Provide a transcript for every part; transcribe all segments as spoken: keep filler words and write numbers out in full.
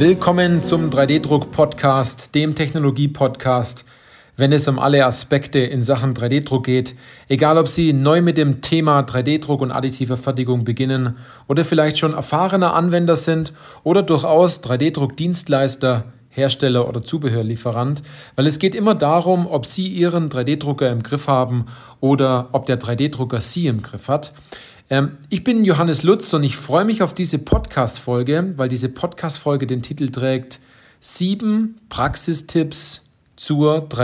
Willkommen zum drei D-Druck-Podcast, dem Technologie-Podcast, wenn es um alle Aspekte in Sachen drei D-Druck geht. Egal, ob Sie neu mit dem Thema drei D-Druck und additive Fertigung beginnen oder vielleicht schon erfahrener Anwender sind oder durchaus drei D-Druck-Dienstleister, Hersteller oder Zubehörlieferant, weil es geht immer darum, ob Sie Ihren drei D-Drucker im Griff haben oder ob der drei D-Drucker Sie im Griff hat. Ähm, ich bin Johannes Lutz und ich freue mich auf diese Podcast-Folge, weil diese Podcast-Folge den Titel trägt Sieben Praxistipps zur drei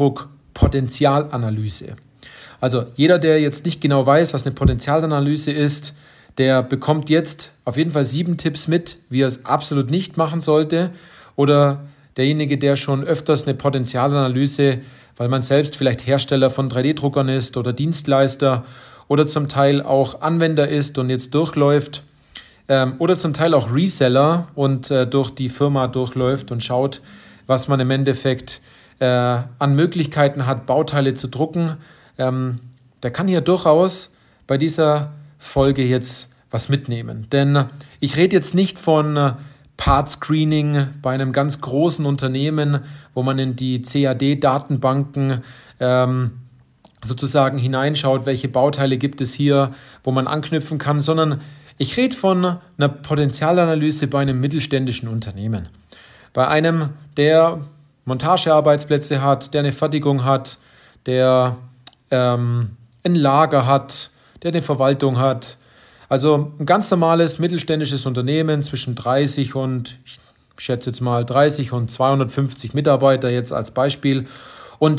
D-Druck-Potenzialanalyse. Also jeder, der jetzt nicht genau weiß, was eine Potenzialanalyse ist, der bekommt jetzt auf jeden Fall sieben Tipps mit, wie er es absolut nicht machen sollte. Oder derjenige, der schon öfters eine Potenzialanalyse, weil man selbst vielleicht Hersteller von drei D-Druckern ist oder Dienstleister oder zum Teil auch Anwender ist und jetzt durchläuft ähm, oder zum Teil auch Reseller und äh, durch die Firma durchläuft und schaut, was man im Endeffekt äh, an Möglichkeiten hat, Bauteile zu drucken. Ähm, der kann hier durchaus bei dieser Folge jetzt was mitnehmen. Denn ich rede jetzt nicht von äh, Part-Screening bei einem ganz großen Unternehmen, wo man in die C A D-Datenbanken ähm, sozusagen hineinschaut, welche Bauteile gibt es hier, wo man anknüpfen kann, sondern ich rede von einer Potenzialanalyse bei einem mittelständischen Unternehmen. Bei einem, der Montagearbeitsplätze hat, der eine Fertigung hat, der ähm, ein Lager hat, der eine Verwaltung hat. Also ein ganz normales mittelständisches Unternehmen zwischen dreißig und, ich schätze jetzt mal dreißig und zweihundertfünfzig Mitarbeiter jetzt als Beispiel. Und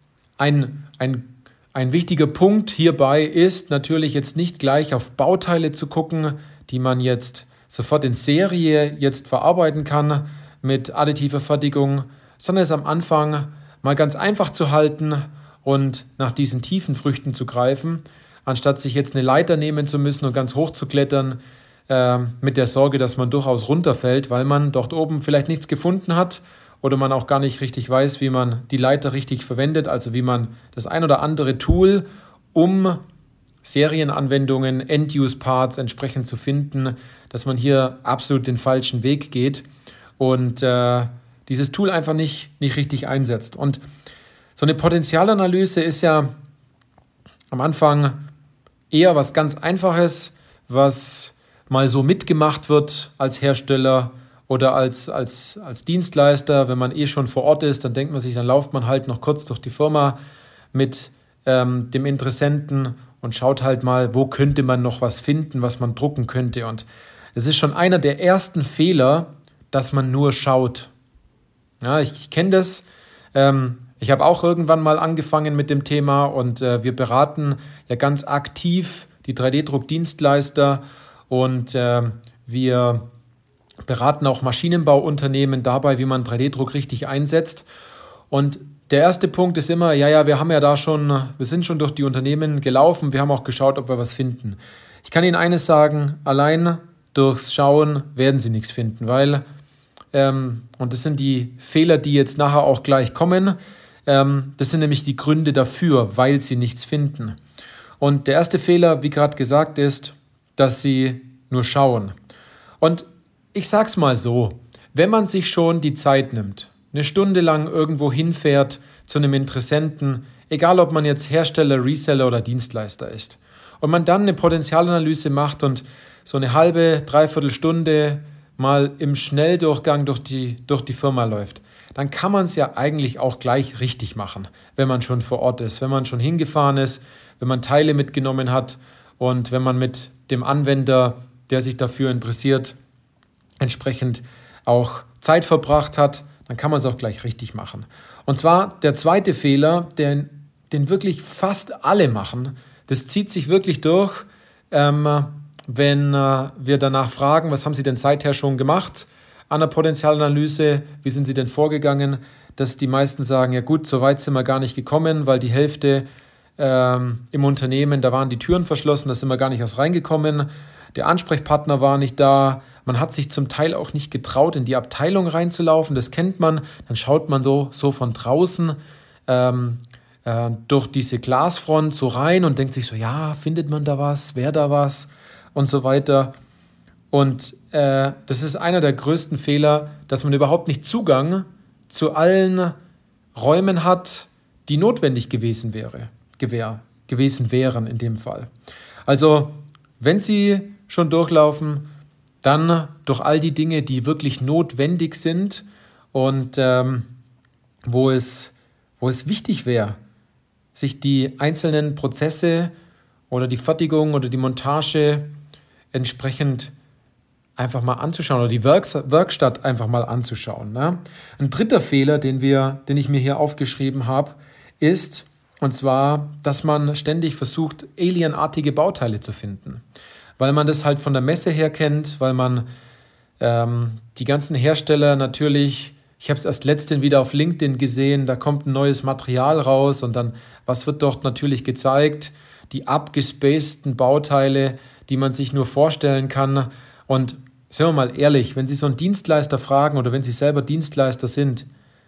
ein, ein, ein wichtiger Punkt hierbei ist natürlich jetzt nicht gleich auf Bauteile zu gucken, die man jetzt sofort in Serie jetzt verarbeiten kann mit additiver Fertigung, sondern es am Anfang mal ganz einfach zu halten und nach diesen tiefen Früchten zu greifen, anstatt sich jetzt eine Leiter nehmen zu müssen und ganz hoch zu klettern, äh, mit der Sorge, dass man durchaus runterfällt, weil man dort oben vielleicht nichts gefunden hat oder man auch gar nicht richtig weiß, wie man die Leiter richtig verwendet, also wie man das ein oder andere Tool, um Serienanwendungen, End-Use-Parts entsprechend zu finden, dass man hier absolut den falschen Weg geht und äh, dieses Tool einfach nicht, nicht richtig einsetzt. Und so eine Potenzialanalyse ist ja am Anfang eher was ganz Einfaches, was mal so mitgemacht wird als Hersteller oder als, als, als Dienstleister. Wenn man eh schon vor Ort ist, dann denkt man sich, dann lauft man halt noch kurz durch die Firma mit ähm, dem Interessenten und schaut halt mal, wo könnte man noch was finden, was man drucken könnte. Und es ist schon einer der ersten Fehler, dass man nur schaut. Ja, ich, ich kenne das. Ähm, Ich habe auch irgendwann mal angefangen mit dem Thema und äh, wir beraten ja ganz aktiv die drei D-Druck-Dienstleister und äh, wir beraten auch Maschinenbauunternehmen dabei, wie man drei D-Druck richtig einsetzt. Und der erste Punkt ist immer, ja, ja, wir haben ja da schon, wir sind schon durch die Unternehmen gelaufen, wir haben auch geschaut, ob wir was finden. Ich kann Ihnen eines sagen, allein durchs Schauen werden Sie nichts finden, weil, ähm, und das sind die Fehler, die jetzt nachher auch gleich kommen, das sind nämlich die Gründe dafür, weil sie nichts finden. Und der erste Fehler, wie gerade gesagt, ist, dass sie nur schauen. Und ich sage es mal so, wenn man sich schon die Zeit nimmt, eine Stunde lang irgendwo hinfährt zu einem Interessenten, egal ob man jetzt Hersteller, Reseller oder Dienstleister ist, und man dann eine Potenzialanalyse macht und so eine halbe, dreiviertel Stunde mal im Schnelldurchgang durch die, durch die Firma läuft, dann kann man es ja eigentlich auch gleich richtig machen, wenn man schon vor Ort ist, wenn man schon hingefahren ist, wenn man Teile mitgenommen hat und wenn man mit dem Anwender, der sich dafür interessiert, entsprechend auch Zeit verbracht hat, dann kann man es auch gleich richtig machen. Und zwar der zweite Fehler, den, den wirklich fast alle machen, das zieht sich wirklich durch, ähm, wenn äh, wir danach fragen, was haben Sie denn seither schon gemacht an der Potenzialanalyse, wie sind Sie denn vorgegangen, dass die meisten sagen, ja gut, so weit sind wir gar nicht gekommen, weil die Hälfte ähm, im Unternehmen, da waren die Türen verschlossen, da sind wir gar nicht erst reingekommen, der Ansprechpartner war nicht da, man hat sich zum Teil auch nicht getraut, in die Abteilung reinzulaufen, das kennt man, dann schaut man so, so von draußen ähm, äh, durch diese Glasfront so rein und denkt sich so, ja, findet man da was, wäre da was und so weiter. Und äh, das ist einer der größten Fehler, dass man überhaupt nicht Zugang zu allen Räumen hat, die notwendig gewesen wäre, gewär, gewesen wären in dem Fall. Also, wenn Sie schon durchlaufen, dann durch all die Dinge, die wirklich notwendig sind und ähm, wo es, wo es wichtig wäre, sich die einzelnen Prozesse oder die Fertigung oder die Montage entsprechend einfach mal anzuschauen oder die Werks- Werkstatt einfach mal anzuschauen. Ne? Ein dritter Fehler, den, wir, den ich mir hier aufgeschrieben habe, ist, und zwar, dass man ständig versucht, alienartige Bauteile zu finden. Weil man das halt von der Messe her kennt, weil man ähm, die ganzen Hersteller natürlich, ich habe es erst letztens wieder auf LinkedIn gesehen, da kommt ein neues Material raus und dann, was wird dort natürlich gezeigt? Die abgespaceden Bauteile, die man sich nur vorstellen kann. Und sind wir mal ehrlich, wenn Sie so einen Dienstleister fragen oder wenn Sie selber Dienstleister sind,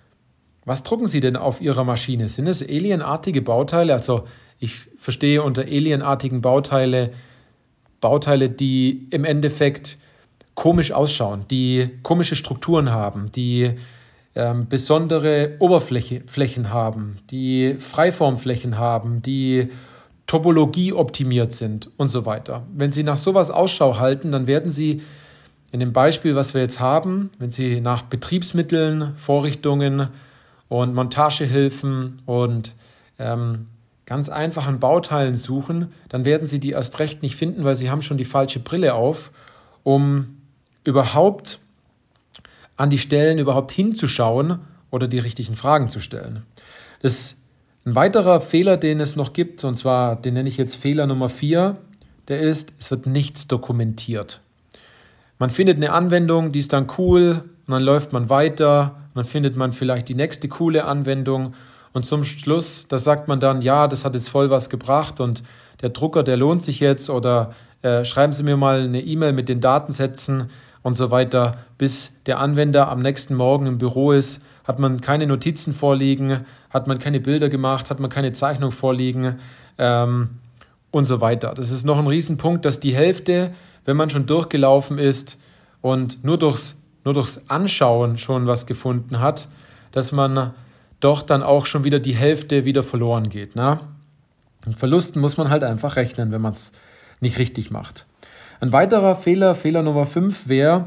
was drucken Sie denn auf Ihrer Maschine? Sind es alienartige Bauteile? Also ich verstehe unter alienartigen Bauteile Bauteile, die im Endeffekt komisch ausschauen, die komische Strukturen haben, die ähm, besondere Oberflächen haben, die Freiformflächen haben, die Topologie optimiert sind und so weiter. Wenn Sie nach sowas Ausschau halten, dann werden Sie in dem Beispiel, was wir jetzt haben, wenn Sie nach Betriebsmitteln, Vorrichtungen und Montagehilfen und ähm, ganz einfachen Bauteilen suchen, dann werden Sie die erst recht nicht finden, weil Sie haben schon die falsche Brille auf, um überhaupt an die Stellen überhaupt hinzuschauen oder die richtigen Fragen zu stellen. Das ist ein weiterer Fehler, den es noch gibt, und zwar, den nenne ich jetzt Fehler Nummer vier, der ist, es wird nichts dokumentiert. Man findet eine Anwendung, die ist dann cool, und dann läuft man weiter, und dann findet man vielleicht die nächste coole Anwendung, und zum Schluss, da sagt man dann, ja, das hat jetzt voll was gebracht und der Drucker, der lohnt sich jetzt oder äh, schreiben Sie mir mal eine E-Mail mit den Datensätzen und so weiter. Bis der Anwender am nächsten Morgen im Büro ist, hat man keine Notizen vorliegen, hat man keine Bilder gemacht, hat man keine Zeichnung vorliegen ähm, und so weiter. Das ist noch ein Riesenpunkt, dass die Hälfte, wenn man schon durchgelaufen ist und nur durchs, nur durchs Anschauen schon was gefunden hat, dass man doch dann auch schon wieder die Hälfte wieder verloren geht. Ne? Und Verlusten muss man halt einfach rechnen, wenn man es nicht richtig macht. Ein weiterer Fehler, Fehler Nummer fünf wäre,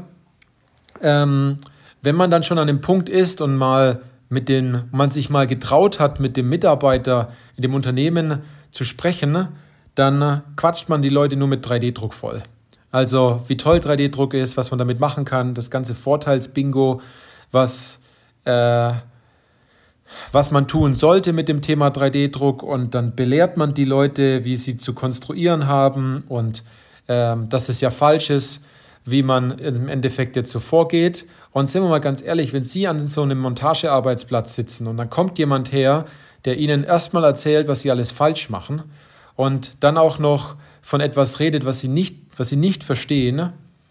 ähm, wenn man dann schon an dem Punkt ist und mal mit den, man sich mal getraut hat, mit dem Mitarbeiter in dem Unternehmen zu sprechen, dann quatscht man die Leute nur mit drei D Druck voll. Also wie toll drei D Druck ist, was man damit machen kann, das ganze Vorteilsbingo, was äh, was man tun sollte mit dem Thema drei D Druck, und dann belehrt man die Leute, wie sie zu konstruieren haben und ähm, dass es ja falsch ist, wie man im Endeffekt jetzt so vorgeht. Und sind wir mal ganz ehrlich, wenn Sie an so einem Montagearbeitsplatz sitzen und dann kommt jemand her, der Ihnen erstmal erzählt, was Sie alles falsch machen und dann auch noch von etwas redet, was Sie nicht, was Sie nicht verstehen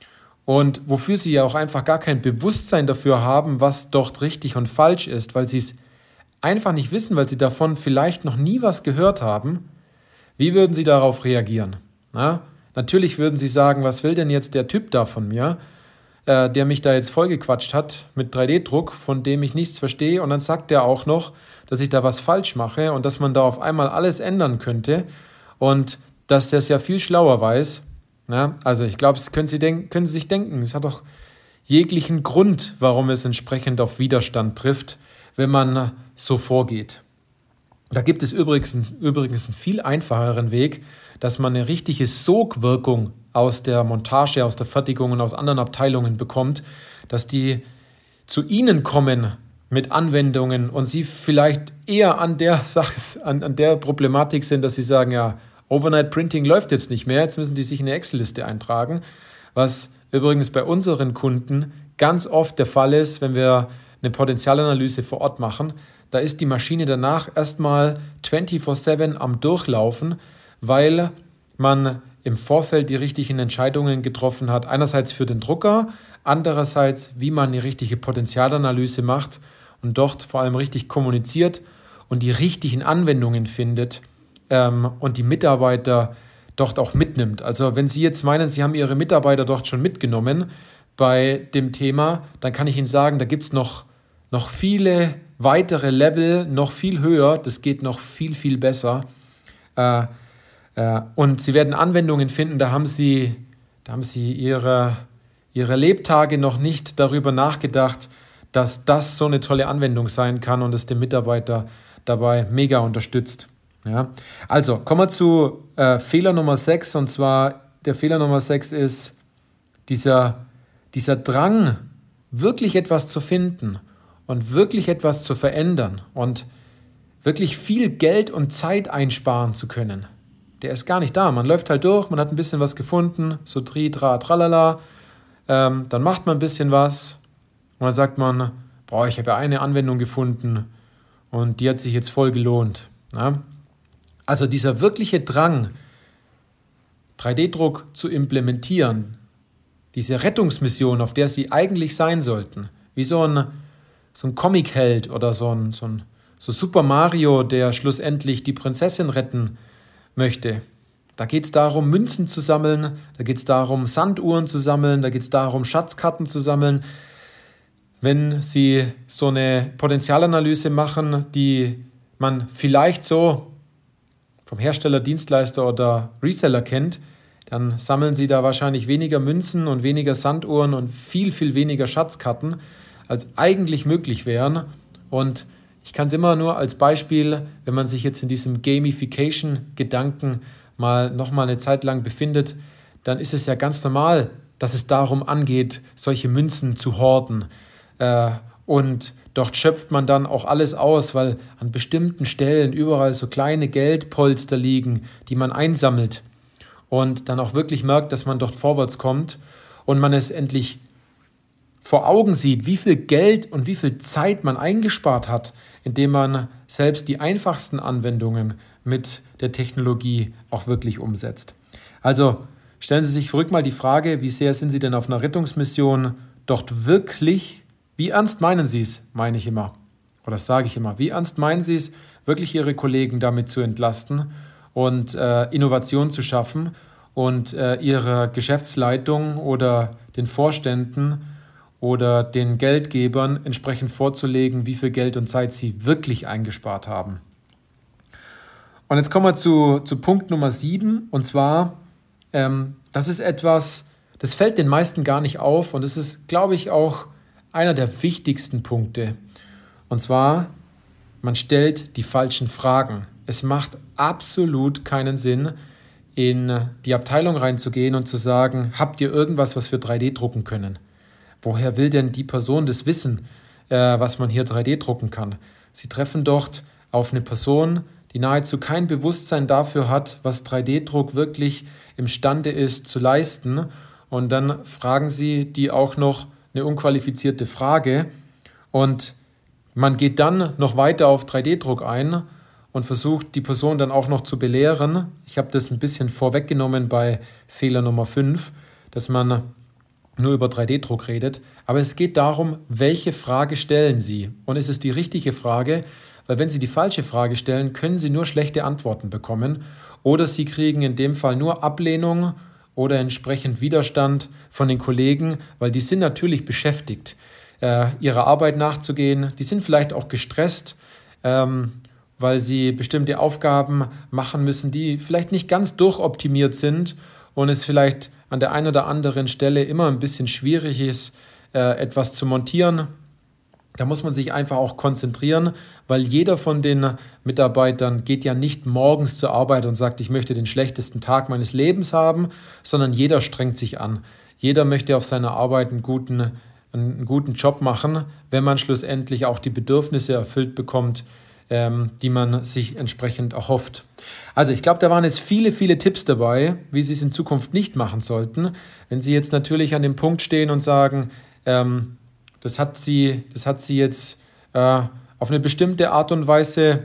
und wofür Sie ja auch einfach gar kein Bewusstsein dafür haben, was dort richtig und falsch ist, weil Sie es einfach nicht wissen, weil Sie davon vielleicht noch nie was gehört haben, wie würden Sie darauf reagieren? Na, natürlich würden Sie sagen, was will denn jetzt der Typ da von mir, äh, der mich da jetzt vollgequatscht hat mit drei D Druck, von dem ich nichts verstehe, und dann sagt er auch noch, dass ich da was falsch mache und dass man da auf einmal alles ändern könnte und dass der es ja viel schlauer weiß. Na, also ich glaube, das können Sie, denk- können Sie sich denken, es hat doch jeglichen Grund, warum es entsprechend auf Widerstand trifft, wenn man so vorgeht. Da gibt es übrigens, übrigens einen viel einfacheren Weg, dass man eine richtige Sogwirkung aus der Montage, aus der Fertigung und aus anderen Abteilungen bekommt, dass die zu Ihnen kommen mit Anwendungen und Sie vielleicht eher an der Sache, an, an der Problematik sind, dass Sie sagen, ja, Overnight Printing läuft jetzt nicht mehr, jetzt müssen die sich in eine Excel-Liste eintragen, was übrigens bei unseren Kunden ganz oft der Fall ist, wenn wir eine Potenzialanalyse vor Ort machen. Da ist die Maschine danach erstmal vierundzwanzig sieben am Durchlaufen, weil man im Vorfeld die richtigen Entscheidungen getroffen hat. Einerseits für den Drucker, andererseits, wie man eine richtige Potenzialanalyse macht und dort vor allem richtig kommuniziert und die richtigen Anwendungen findet ähm, und die Mitarbeiter dort auch mitnimmt. Also wenn Sie jetzt meinen, Sie haben Ihre Mitarbeiter dort schon mitgenommen bei dem Thema, dann kann ich Ihnen sagen, da gibt es noch, noch viele weitere Level, noch viel höher, das geht noch viel, viel besser. Äh, äh, und Sie werden Anwendungen finden, da haben Sie, da haben Sie ihre, ihre Lebtage noch nicht darüber nachgedacht, dass das so eine tolle Anwendung sein kann und es den Mitarbeiter dabei mega unterstützt. Ja? Also kommen wir zu äh, Fehler Nummer sechs, und zwar der Fehler Nummer sechs ist dieser, dieser Drang, wirklich etwas zu finden und wirklich etwas zu verändern und wirklich viel Geld und Zeit einsparen zu können. Der ist gar nicht da. Man läuft halt durch, man hat ein bisschen was gefunden, so tri, tra, tralala, ähm, dann macht man ein bisschen was und dann sagt man, boah, ich habe ja eine Anwendung gefunden und die hat sich jetzt voll gelohnt. Ja? Also dieser wirkliche Drang, drei D Druck zu implementieren, diese Rettungsmission, auf der Sie eigentlich sein sollten, wie so ein, so ein Comic-Held oder so ein, so ein so Super Mario, der schlussendlich die Prinzessin retten möchte. Da geht es darum, Münzen zu sammeln, da geht es darum, Sanduhren zu sammeln, da geht es darum, Schatzkarten zu sammeln. Wenn Sie so eine Potenzialanalyse machen, die man vielleicht so vom Hersteller, Dienstleister oder Reseller kennt, dann sammeln Sie da wahrscheinlich weniger Münzen und weniger Sanduhren und viel, viel weniger Schatzkarten, als eigentlich möglich wären. Und ich kann es immer nur als Beispiel, wenn man sich jetzt in diesem Gamification-Gedanken mal nochmal eine Zeit lang befindet, dann ist es ja ganz normal, dass es darum angeht, solche Münzen zu horten. Äh, und dort schöpft man dann auch alles aus, weil an bestimmten Stellen überall so kleine Geldpolster liegen, die man einsammelt und dann auch wirklich merkt, dass man dort vorwärts kommt und man es endlich vor Augen sieht, wie viel Geld und wie viel Zeit man eingespart hat, indem man selbst die einfachsten Anwendungen mit der Technologie auch wirklich umsetzt. Also stellen Sie sich ruhig mal die Frage, wie sehr sind Sie denn auf einer Rettungsmission dort wirklich, wie ernst meinen Sie es, meine ich immer, oder das sage ich immer, wie ernst meinen Sie es, wirklich Ihre Kollegen damit zu entlasten und äh, Innovation zu schaffen und äh, Ihrer Geschäftsleitung oder den Vorständen oder den Geldgebern entsprechend vorzulegen, wie viel Geld und Zeit sie wirklich eingespart haben. Und jetzt kommen wir zu, zu Punkt Nummer sieben, und zwar, ähm, das ist etwas, das fällt den meisten gar nicht auf und das ist, glaube ich, auch einer der wichtigsten Punkte. Und zwar, man stellt die falschen Fragen. Es macht absolut keinen Sinn, in die Abteilung reinzugehen und zu sagen, habt ihr irgendwas, was wir drei D drucken können? Woher will denn die Person das wissen, äh, was man hier drei D drucken kann? Sie treffen dort auf eine Person, die nahezu kein Bewusstsein dafür hat, was drei D Druck wirklich imstande ist zu leisten. Und dann fragen Sie die auch noch eine unqualifizierte Frage. Und man geht dann noch weiter auf drei D Druck ein und versucht, die Person dann auch noch zu belehren. Ich habe das ein bisschen vorweggenommen bei Fehler Nummer fünf, dass man nur über drei D Druck redet, aber es geht darum, welche Frage stellen Sie? Und ist es die richtige Frage? Weil wenn Sie die falsche Frage stellen, können Sie nur schlechte Antworten bekommen oder Sie kriegen in dem Fall nur Ablehnung oder entsprechend Widerstand von den Kollegen, weil die sind natürlich beschäftigt, äh, ihrer Arbeit nachzugehen. Die sind vielleicht auch gestresst, ähm, weil sie bestimmte Aufgaben machen müssen, die vielleicht nicht ganz durchoptimiert sind und es vielleicht an der einen oder anderen Stelle immer ein bisschen schwierig ist, äh, etwas zu montieren. Da muss man sich einfach auch konzentrieren, weil jeder von den Mitarbeitern geht ja nicht morgens zur Arbeit und sagt, ich möchte den schlechtesten Tag meines Lebens haben, sondern jeder strengt sich an. Jeder möchte auf seiner Arbeit einen guten, einen guten Job machen, wenn man schlussendlich auch die Bedürfnisse erfüllt bekommt, die man sich entsprechend erhofft. Also ich glaube, da waren jetzt viele, viele Tipps dabei, wie Sie es in Zukunft nicht machen sollten. Wenn Sie jetzt natürlich an dem Punkt stehen und sagen, ähm, das hat Sie, das hat Sie jetzt äh, auf eine bestimmte Art und Weise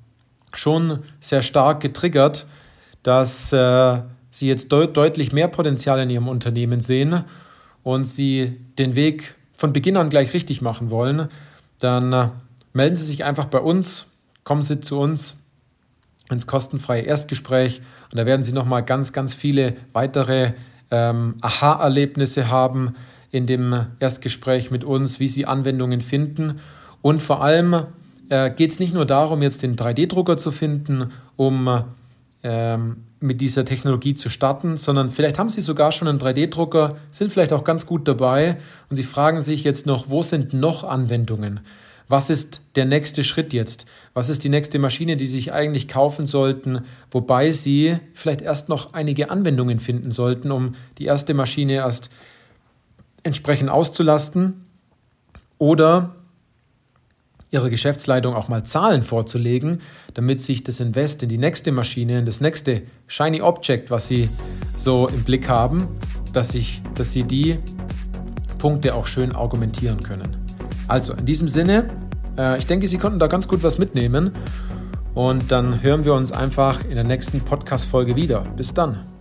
schon sehr stark getriggert, dass äh, Sie jetzt deut- deutlich mehr Potenzial in Ihrem Unternehmen sehen und Sie den Weg von Beginn an gleich richtig machen wollen, dann äh, melden Sie sich einfach bei uns. Kommen Sie zu uns ins kostenfreie Erstgespräch Und da werden Sie nochmal ganz, ganz viele weitere ähm, Aha-Erlebnisse haben in dem Erstgespräch mit uns, wie Sie Anwendungen finden. Und vor allem äh, geht es nicht nur darum, jetzt den drei D Drucker zu finden, um ähm, mit dieser Technologie zu starten, sondern vielleicht haben Sie sogar schon einen drei D Drucker, sind vielleicht auch ganz gut dabei und Sie fragen sich jetzt noch, wo sind noch Anwendungen? Was ist der nächste Schritt jetzt? Was ist die nächste Maschine, die Sie sich eigentlich kaufen sollten, wobei Sie vielleicht erst noch einige Anwendungen finden sollten, um die erste Maschine erst entsprechend auszulasten oder Ihrer Geschäftsleitung auch mal Zahlen vorzulegen, damit sich das Invest in die nächste Maschine, in das nächste Shiny Object, was Sie so im Blick haben, dass, ich, dass Sie die Punkte auch schön argumentieren können. Also in diesem Sinne, äh, ich denke, Sie konnten da ganz gut was mitnehmen und dann hören wir uns einfach in der nächsten Podcast-Folge wieder. Bis dann.